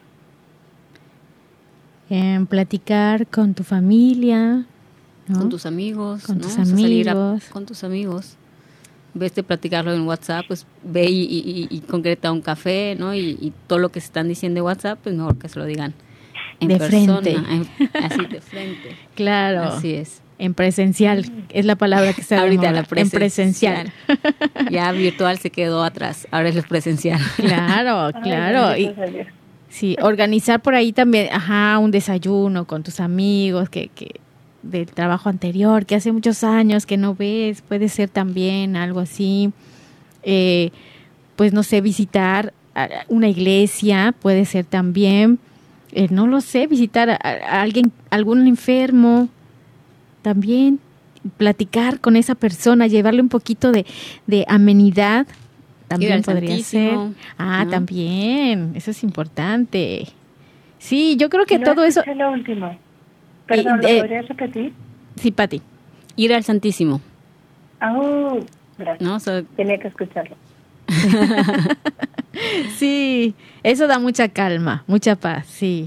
Platicar con tu familia, ¿no? Con tus amigos, con ¿no? tus amigos. Con tus amigos. En vez de platicarlo en WhatsApp, pues ve y concreta un café, ¿no? Y todo lo que se están diciendo en WhatsApp, pues mejor que se lo digan en de persona, frente. así de frente. Claro. Así es. En presencial, es la palabra que está ahorita en presencial. Ya virtual se quedó atrás, ahora es lo presencial. Claro, claro. Y, sí, organizar por ahí también, un desayuno con tus amigos que del trabajo anterior, que hace muchos años que no ves, puede ser también algo así. Pues no sé, visitar una iglesia, puede ser también, no lo sé, visitar a alguien, algún enfermo, también platicar con esa persona, llevarle un poquito de amenidad, también podría ser. ¿No? También, eso es importante. Sí, yo creo que todo eso. Lo último. Perdón, ¿lo podrías repetir? Sí, Pati. Ir al Santísimo. Gracias. ¿No? Tenía que escucharlo. Sí, eso da mucha calma, mucha paz, sí.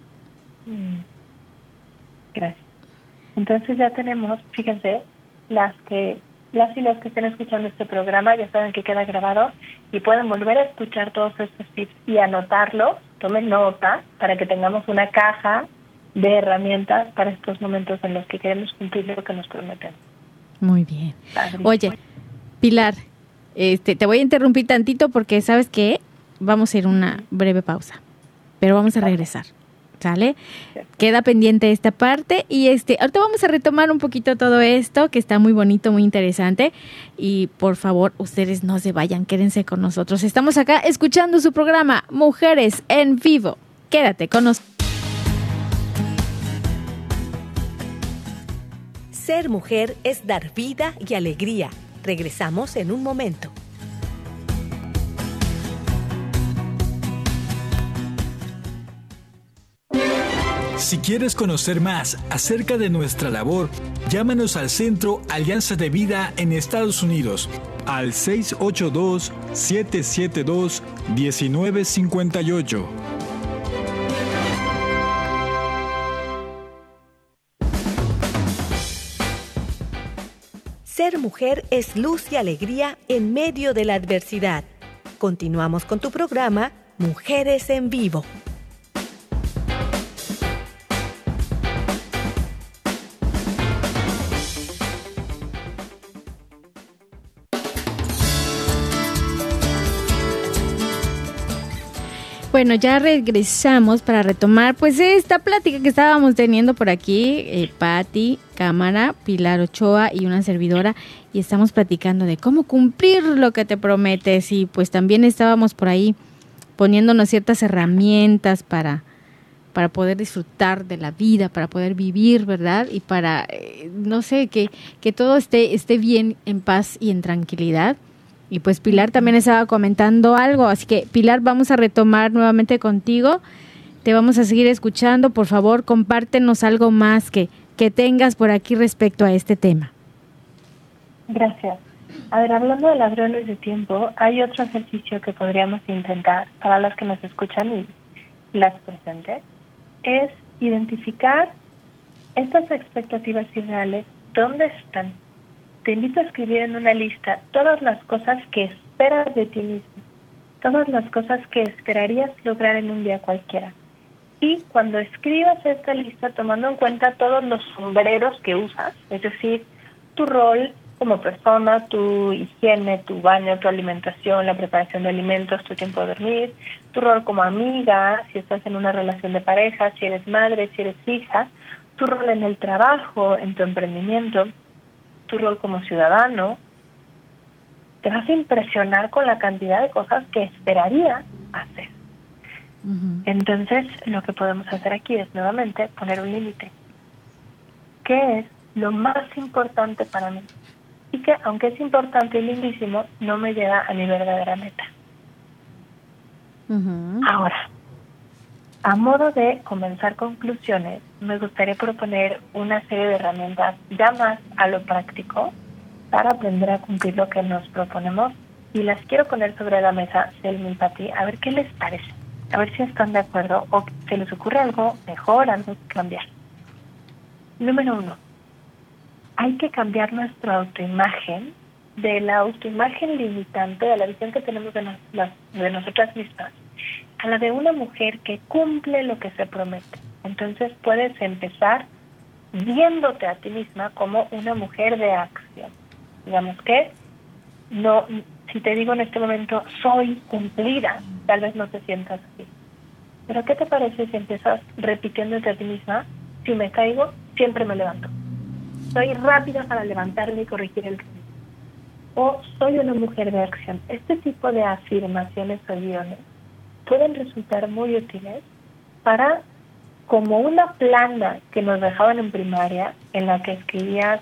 Gracias. Entonces ya tenemos, fíjense, las y los que estén escuchando este programa ya saben que queda grabado y pueden volver a escuchar todos estos tips y anotarlos, tomen nota para que tengamos una caja de herramientas para estos momentos en los que queremos cumplir lo que nos prometemos. Muy bien. Oye, Pilar, te voy a interrumpir tantito porque ¿sabes qué? Vamos a ir a una breve pausa, pero vamos a regresar. ¿Sale? Queda pendiente esta parte y ahorita vamos a retomar un poquito todo esto que está muy bonito, muy interesante y por favor ustedes no se vayan, quédense con nosotros. Estamos acá escuchando su programa Mujeres en Vivo. Quédate con nosotros. Ser mujer es dar vida y alegría. Regresamos en un momento. Si quieres conocer más acerca de nuestra labor, llámanos al Centro Alianza de Vida en Estados Unidos al 682-772-1958. Ser mujer es luz y alegría en medio de la adversidad. Continuamos con tu programa Mujeres en Vivo. Bueno, ya regresamos para retomar pues esta plática que estábamos teniendo por aquí, Pati, Cámara, Pilar Ochoa y una servidora, y estamos platicando de cómo cumplir lo que te prometes y pues también estábamos por ahí poniéndonos ciertas herramientas para poder disfrutar de la vida, para poder vivir, ¿verdad? Y para, no sé, que todo esté bien en paz y en tranquilidad. Y pues Pilar también estaba comentando algo, así que Pilar, vamos a retomar nuevamente contigo, te vamos a seguir escuchando, por favor, compártenos algo más que tengas por aquí respecto a este tema. Gracias. A ver, hablando de ladrones de tiempo, hay otro ejercicio que podríamos intentar para las que nos escuchan y las presentes, es identificar estas expectativas irreales, ¿dónde están? Te invito a escribir en una lista todas las cosas que esperas de ti mismo, todas las cosas que esperarías lograr en un día cualquiera. Y cuando escribas esta lista, tomando en cuenta todos los sombreros que usas, es decir, tu rol como persona, tu higiene, tu baño, tu alimentación, la preparación de alimentos, tu tiempo de dormir, tu rol como amiga, si estás en una relación de pareja, si eres madre, si eres hija, tu rol en el trabajo, en tu emprendimiento, tu rol como ciudadano, te vas a impresionar con la cantidad de cosas que esperaría hacer. Entonces, lo que podemos hacer aquí es nuevamente poner un límite. ¿Qué es lo más importante para mí? Y que, aunque es importante y lindísimo, no me lleva a mi verdadera meta. Ahora, a modo de comenzar conclusiones, me gustaría proponer una serie de herramientas ya más a lo práctico para aprender a cumplir lo que nos proponemos, y las quiero poner sobre la mesa, Selmi y Pati, a ver qué les parece, a ver si están de acuerdo o se les ocurre algo mejor, algo que cambiar. Número 1. Hay que cambiar nuestra autoimagen, de la autoimagen limitante, de la visión que tenemos de nosotras mismas, a la de una mujer que cumple lo que se promete. Entonces puedes empezar viéndote a ti misma como una mujer de acción. Digamos que no, si te digo en este momento soy cumplida, tal vez no te sientas así. Pero ¿qué te parece si empiezas repitiéndote a ti misma? Si me caigo, siempre me levanto. Soy rápida para levantarme y corregir el rumbo. O soy una mujer de acción. Este tipo de afirmaciones o guiones pueden resultar muy útiles para, como una plana que nos dejaban en primaria, en la que escribías,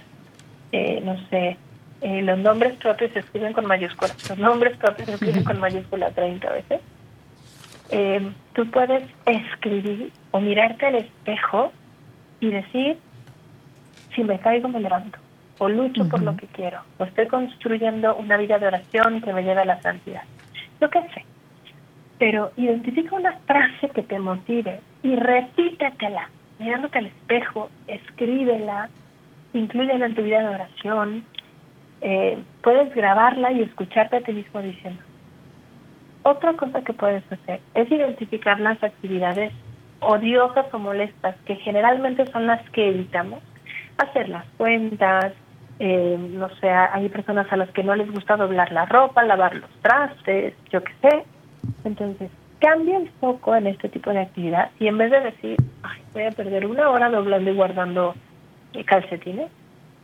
los nombres propios se escriben con mayúsculas, los nombres propios se escriben con mayúscula 30 veces. Tú puedes escribir o mirarte al espejo y decir, si me caigo me levanto, o lucho por lo que quiero, o estoy construyendo una vida de oración que me lleve a la santidad, lo que sé. Pero identifica una frase que te motive y repítetela, mirándote al espejo, escríbela, inclúyela en tu vida de oración, puedes grabarla y escucharte a ti mismo diciendo. Otra cosa que puedes hacer es identificar las actividades odiosas o molestas, que generalmente son las que evitamos, hacer las cuentas, hay personas a las que no les gusta doblar la ropa, lavar los trastes, yo qué sé. Entonces, cambia el foco en este tipo de actividad y en vez de decir, voy a perder 1 hora doblando y guardando calcetines,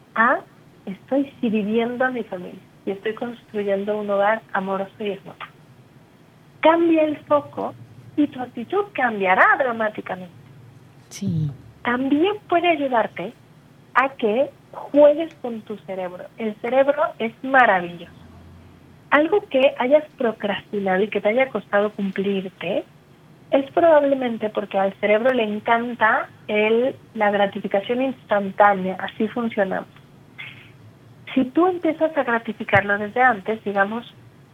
estoy sirviendo a mi familia y estoy construyendo un hogar amoroso y hermoso. Cambia el foco y tu actitud cambiará dramáticamente. Sí. También puede ayudarte a que juegues con tu cerebro. El cerebro es maravilloso. Algo que hayas procrastinado y que te haya costado cumplirte es probablemente porque al cerebro le encanta la gratificación instantánea. Así funcionamos. Si tú empiezas a gratificarlo desde antes, digamos,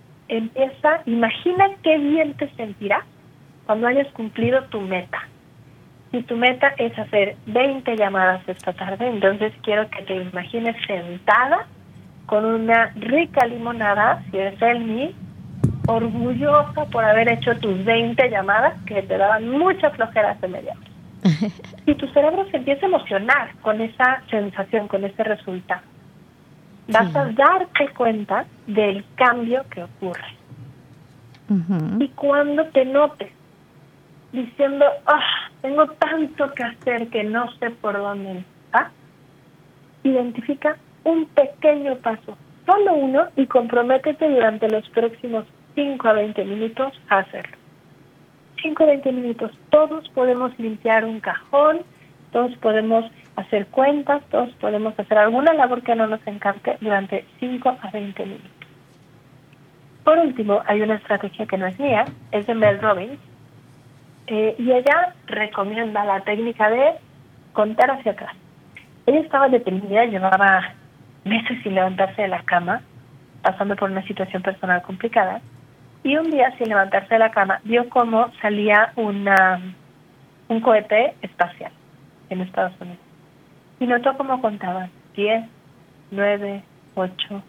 imagina qué bien te sentirá cuando hayas cumplido tu meta. Si tu meta es hacer 20 llamadas esta tarde, entonces quiero que te imagines sentada con una rica limonada, si eres Selmi, orgullosa por haber hecho tus 20 llamadas que te daban mucha flojera hace media hora. Y tu cerebro se empieza a emocionar con esa sensación, con ese resultado. Vas a darte cuenta del cambio que ocurre. Y cuando te notes diciendo, tengo tanto que hacer que no sé por dónde empezar, identifica un pequeño paso, solo uno, y comprométete durante los próximos 5 a 20 minutos a hacerlo. 5 a 20 minutos. Todos podemos limpiar un cajón, todos podemos hacer cuentas, todos podemos hacer alguna labor que no nos encante durante 5 a 20 minutos. Por último, hay una estrategia que no es mía, es de Mel Robbins, y ella recomienda la técnica de contar hacia atrás. Ella estaba deprimida, llevaba meses sin levantarse de la cama, pasando por una situación personal complicada, y un día sin levantarse de la cama vio cómo salía un cohete espacial en Estados Unidos. Y notó cómo contaban 10, 9, 8,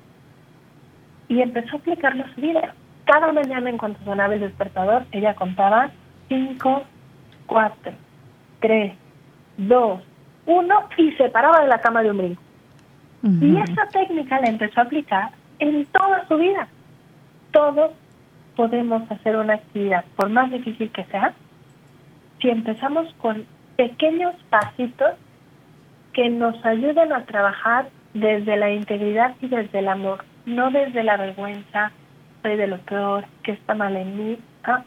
y empezó a aplicarlo a su vida. Cada mañana en cuanto sonaba el despertador, ella contaba 5, 4, 3, 2, 1 y se paraba de la cama de un brinco. Uh-huh. Y esa técnica la empezó a aplicar en toda su vida. Todos podemos hacer una actividad, por más difícil que sea, si empezamos con pequeños pasitos que nos ayuden a trabajar desde la integridad y desde el amor, no desde la vergüenza, soy de lo peor, que está mal en mí.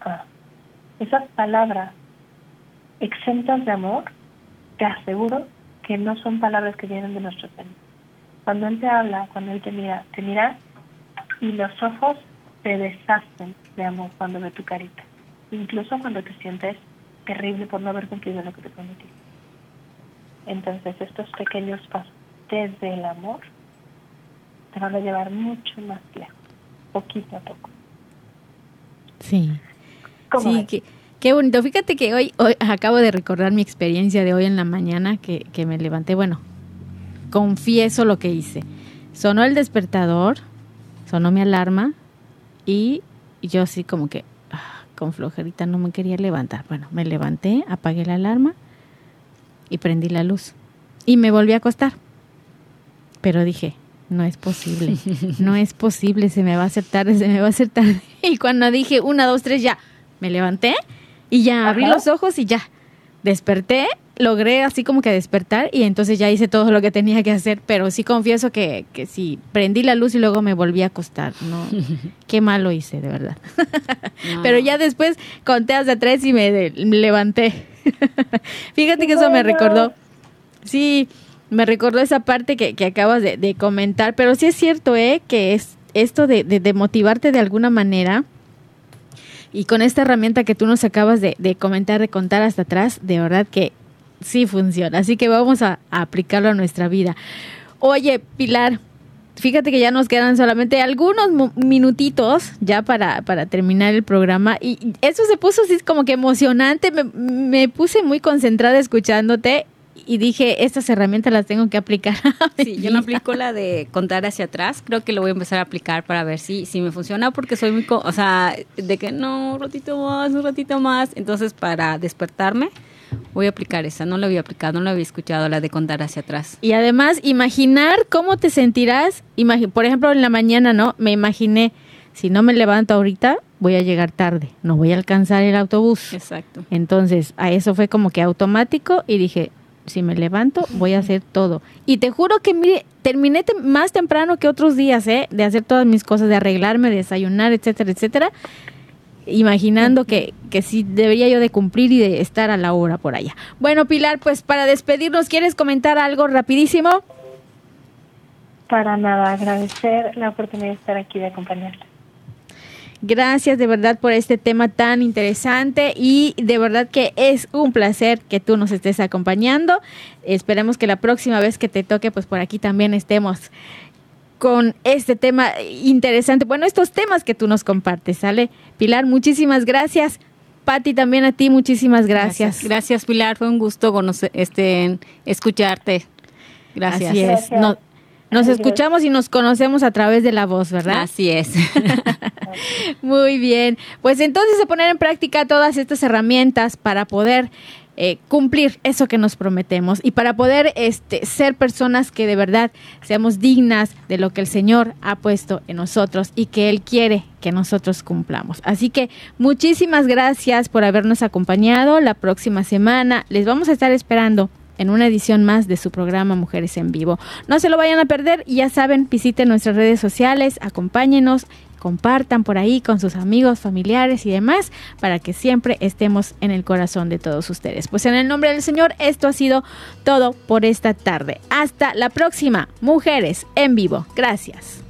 Esas palabras exentas de amor, te aseguro que no son palabras que vienen de nuestro ser. Cuando Él te habla, cuando Él te mira y los ojos se deshacen de amor cuando ve tu carita, incluso cuando te sientes terrible por no haber cumplido lo que te prometí. Entonces estos pequeños pasos desde el amor te van a llevar mucho más lejos, poquito a poco. Sí, sí, qué bonito. Fíjate que hoy acabo de recordar mi experiencia de hoy en la mañana que me levanté. Bueno, confieso lo que hice. Sonó el despertador, sonó mi alarma y yo así como que con flojerita no me quería levantar. Bueno, me levanté, apagué la alarma y prendí la luz y me volví a acostar. Pero dije, no es posible, se me va a hacer tarde. Y cuando dije 1, 2, 3, ya, me levanté y ya abrí los ojos y ya, desperté, logré así como que despertar y entonces ya hice todo lo que tenía que hacer, pero sí confieso que sí, prendí la luz y luego me volví a acostar, ¿no? Qué mal lo hice, de verdad. No. Pero ya después conté hasta 3 y me levanté. Fíjate que eso me recordó, sí, me recordó esa parte que acabas de comentar, pero sí es cierto, que es esto de motivarte de alguna manera. Y con esta herramienta que tú nos acabas de comentar, de contar hasta atrás, de verdad que sí funciona. Así que vamos a aplicarlo a nuestra vida. Oye, Pilar, fíjate que ya nos quedan solamente algunos minutitos ya para terminar el programa. Y eso se puso así como que emocionante. Me puse muy concentrada escuchándote y dije, estas herramientas las tengo que aplicar. Sí, yo no aplico la de contar hacia atrás. Creo que lo voy a empezar a aplicar para ver si me funciona, porque soy muy, de que no, un ratito más. Entonces, para despertarme, voy a aplicar esa. No la había aplicado, no la había escuchado, la de contar hacia atrás. Y además, imaginar cómo te sentirás. Por ejemplo, en la mañana, ¿no? Me imaginé, si no me levanto ahorita, voy a llegar tarde, no voy a alcanzar el autobús. Exacto. Entonces, a eso fue como que automático y dije, si me levanto, voy a hacer todo. Y te juro que, mire, terminé más temprano que otros días, de hacer todas mis cosas, de arreglarme, de desayunar, etcétera, etcétera, imaginando que sí debería yo de cumplir y de estar a la hora por allá. Bueno, Pilar, pues para despedirnos, ¿quieres comentar algo rapidísimo? Para nada, agradecer la oportunidad de estar aquí, de acompañarla. Gracias de verdad por este tema tan interesante y de verdad que es un placer que tú nos estés acompañando. Esperemos que la próxima vez que te toque, pues por aquí también estemos con este tema interesante. Bueno, estos temas que tú nos compartes, ¿sale? Pilar, muchísimas gracias. Pati, también a ti, muchísimas gracias. Gracias, Pilar. Fue un gusto escucharte. Gracias. Así es. Nos escuchamos y nos conocemos a través de la voz, ¿verdad? Así es. Muy bien. Pues entonces, a poner en práctica todas estas herramientas para poder cumplir eso que nos prometemos y para poder ser personas que de verdad seamos dignas de lo que el Señor ha puesto en nosotros y que Él quiere que nosotros cumplamos. Así que muchísimas gracias por habernos acompañado. La próxima semana les vamos a estar esperando en una edición más de su programa Mujeres en Vivo. No se lo vayan a perder y ya saben, visiten nuestras redes sociales, acompáñenos, compartan por ahí con sus amigos, familiares y demás para que siempre estemos en el corazón de todos ustedes. Pues en el nombre del Señor, esto ha sido todo por esta tarde. Hasta la próxima, Mujeres en Vivo. Gracias.